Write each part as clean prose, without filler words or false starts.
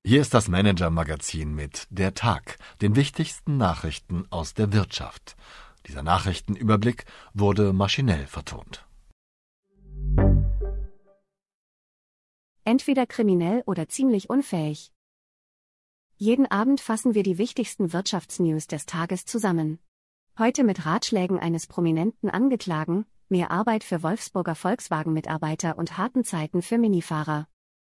Hier ist das Manager-Magazin mit Der Tag, den wichtigsten Nachrichten aus der Wirtschaft. Dieser Nachrichtenüberblick wurde maschinell vertont. Entweder kriminell oder ziemlich unfähig. Jeden Abend fassen wir die wichtigsten Wirtschaftsnews des Tages zusammen. Heute mit Ratschlägen eines prominenten Angeklagten, mehr Arbeit für Wolfsburger Volkswagen-Mitarbeiter und harten Zeiten für Minifahrer.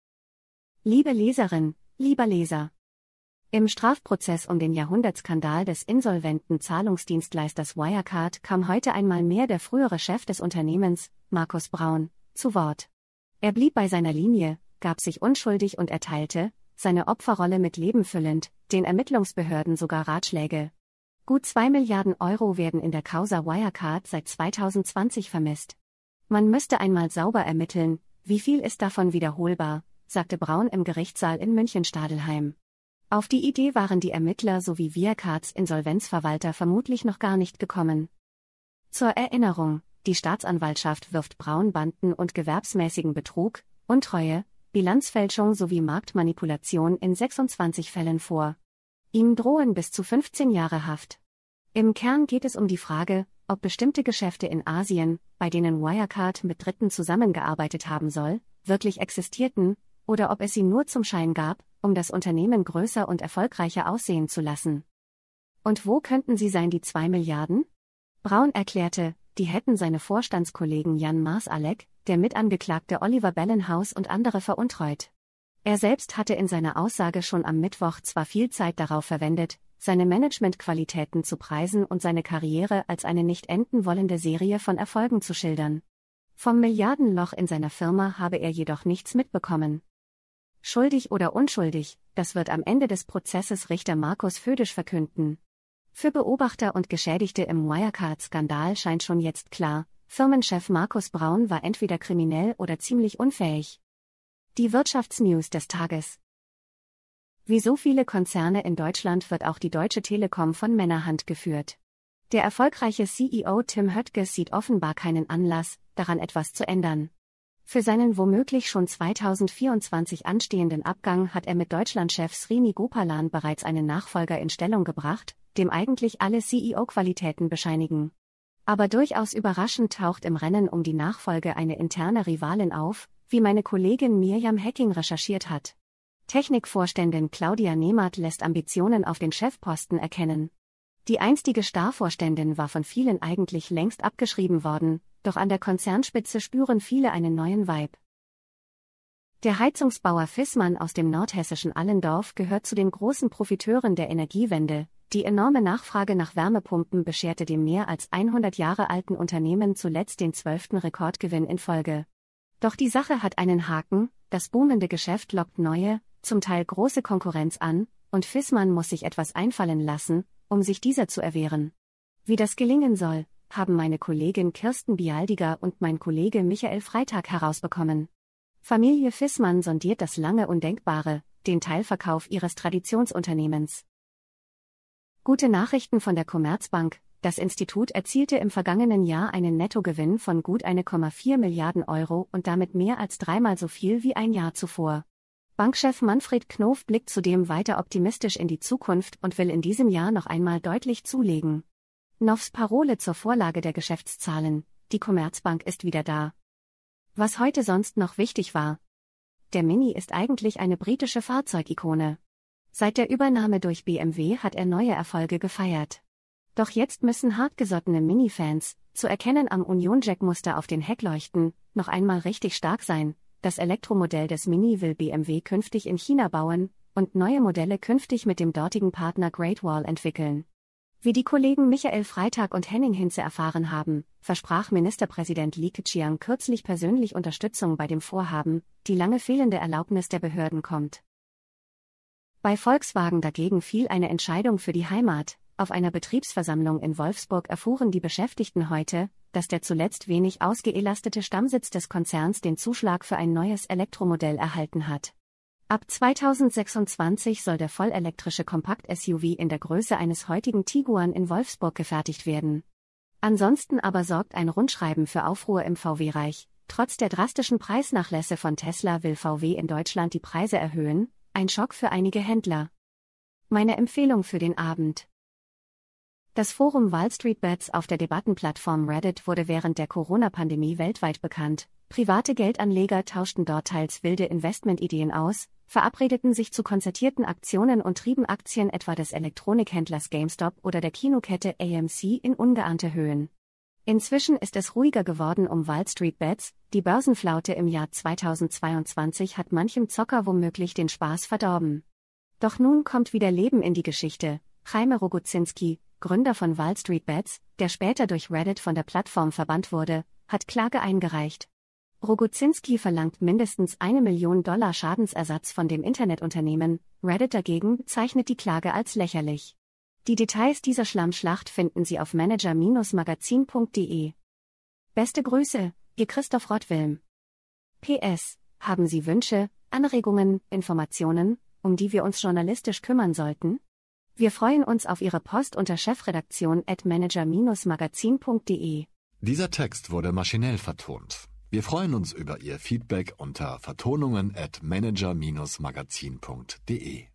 Liebe Leserin, lieber Leser. Im Strafprozess um den Jahrhundertskandal des insolventen Zahlungsdienstleisters Wirecard kam heute einmal mehr der frühere Chef des Unternehmens, Markus Braun, zu Wort. Er blieb bei seiner Linie, gab sich unschuldig und erteilte, seine Opferrolle mit Leben füllend, den Ermittlungsbehörden sogar Ratschläge. Gut 2 Milliarden Euro werden in der Causa Wirecard seit 2020 vermisst. Man müsste einmal sauber ermitteln, wie viel ist davon wiederholbar, sagte Braun im Gerichtssaal in München-Stadelheim. Auf die Idee waren die Ermittler sowie Wirecards Insolvenzverwalter vermutlich noch gar nicht gekommen. Zur Erinnerung, die Staatsanwaltschaft wirft Braun Banden- und gewerbsmäßigen Betrug, Untreue, Bilanzfälschung sowie Marktmanipulation in 26 Fällen vor. Ihm drohen bis zu 15 Jahre Haft. Im Kern geht es um die Frage, ob bestimmte Geschäfte in Asien, bei denen Wirecard mit Dritten zusammengearbeitet haben soll, wirklich existierten, oder ob es sie nur zum Schein gab, um das Unternehmen größer und erfolgreicher aussehen zu lassen. Und wo könnten sie sein, die 2 Milliarden? Braun erklärte, die hätten seine Vorstandskollegen Jan Marsalek, der Mitangeklagte Oliver Bellenhaus und andere veruntreut. Er selbst hatte in seiner Aussage schon am Mittwoch zwar viel Zeit darauf verwendet, seine Managementqualitäten zu preisen und seine Karriere als eine nicht enden wollende Serie von Erfolgen zu schildern. Vom Milliardenloch in seiner Firma habe er jedoch nichts mitbekommen. Schuldig oder unschuldig, das wird am Ende des Prozesses Richter Markus Födisch verkünden. Für Beobachter und Geschädigte im Wirecard-Skandal scheint schon jetzt klar, Firmenchef Markus Braun war entweder kriminell oder ziemlich unfähig. Die Wirtschaftsnews des Tages. Wie so viele Konzerne in Deutschland wird auch die Deutsche Telekom von Männerhand geführt. Der erfolgreiche CEO Tim Höttges sieht offenbar keinen Anlass, daran etwas zu ändern. Für seinen womöglich schon 2024 anstehenden Abgang hat er mit Deutschlandchef Srini Gopalan bereits einen Nachfolger in Stellung gebracht, dem eigentlich alle CEO-Qualitäten bescheinigen. Aber durchaus überraschend taucht im Rennen um die Nachfolge eine interne Rivalin auf, wie meine Kollegin Mirjam Hecking recherchiert hat. Technikvorständin Claudia Nehmert lässt Ambitionen auf den Chefposten erkennen. Die einstige Starvorständin war von vielen eigentlich längst abgeschrieben worden, doch an der Konzernspitze spüren viele einen neuen Vibe. Der Heizungsbauer Viessmann aus dem nordhessischen Allendorf gehört zu den großen Profiteuren der Energiewende. Die enorme Nachfrage nach Wärmepumpen bescherte dem mehr als 100 Jahre alten Unternehmen zuletzt den 12. Rekordgewinn in Folge. Doch die Sache hat einen Haken, das boomende Geschäft lockt neue, zum Teil große Konkurrenz an, und Viessmann muss sich etwas einfallen lassen, um sich dieser zu erwehren. Wie das gelingen soll, haben meine Kollegin Kirsten Bialdiger und mein Kollege Michael Freitag herausbekommen. Familie Viessmann sondiert das lange Undenkbare, den Teilverkauf ihres Traditionsunternehmens. Gute Nachrichten von der Commerzbank. Das Institut erzielte im vergangenen Jahr einen Nettogewinn von gut 1,4 Milliarden Euro und damit mehr als dreimal so viel wie ein Jahr zuvor. Bankchef Manfred Knof blickt zudem weiter optimistisch in die Zukunft und will in diesem Jahr noch einmal deutlich zulegen. Knofs Parole zur Vorlage der Geschäftszahlen: Die Commerzbank ist wieder da. Was heute sonst noch wichtig war: Der Mini ist eigentlich eine britische Fahrzeugikone. Seit der Übernahme durch BMW hat er neue Erfolge gefeiert. Doch jetzt müssen hartgesottene Mini-Fans, zu erkennen am Union-Jack-Muster auf den Heckleuchten, noch einmal richtig stark sein. Das Elektromodell des Mini will BMW künftig in China bauen und neue Modelle künftig mit dem dortigen Partner Great Wall entwickeln. Wie die Kollegen Michael Freitag und Henning Hinze erfahren haben, versprach Ministerpräsident Li Keqiang kürzlich persönlich Unterstützung bei dem Vorhaben, die lange fehlende Erlaubnis der Behörden kommt. Bei Volkswagen dagegen fiel eine Entscheidung für die Heimat. Auf einer Betriebsversammlung in Wolfsburg erfuhren die Beschäftigten heute, dass der zuletzt wenig ausgelastete Stammsitz des Konzerns den Zuschlag für ein neues Elektromodell erhalten hat. Ab 2026 soll der vollelektrische Kompakt-SUV in der Größe eines heutigen Tiguan in Wolfsburg gefertigt werden. Ansonsten aber sorgt ein Rundschreiben für Aufruhr im VW-Reich. Trotz der drastischen Preisnachlässe von Tesla will VW in Deutschland die Preise erhöhen, Ein Schock für einige Händler. Meine Empfehlung für den Abend. Das Forum Wall Street Bets auf der Debattenplattform Reddit wurde während der Corona-Pandemie weltweit bekannt. Private Geldanleger tauschten dort teils wilde Investmentideen aus, verabredeten sich zu konzertierten Aktionen und trieben Aktien etwa des Elektronikhändlers GameStop oder der Kinokette AMC in ungeahnte Höhen. Inzwischen ist es ruhiger geworden um Wall Street Bets. Die Börsenflaute im Jahr 2022 hat manchem Zocker womöglich den Spaß verdorben. Doch nun kommt wieder Leben in die Geschichte. Jaime Rogozynski, Gründer von Wall Street Bets, der später durch Reddit von der Plattform verbannt wurde, hat Klage eingereicht. Rogozynski verlangt mindestens $1 Million Schadensersatz von dem Internetunternehmen. Reddit dagegen bezeichnet die Klage als lächerlich. Die Details dieser Schlammschlacht finden Sie auf manager-magazin.de. Beste Grüße, Ihr Christoph Rottwilm. PS: Haben Sie Wünsche, Anregungen, Informationen, um die wir uns journalistisch kümmern sollten? Wir freuen uns auf Ihre Post unter chefredaktion@manager-magazin.de. Dieser Text wurde maschinell vertont. Wir freuen uns über Ihr Feedback unter vertonungen@manager-magazin.de.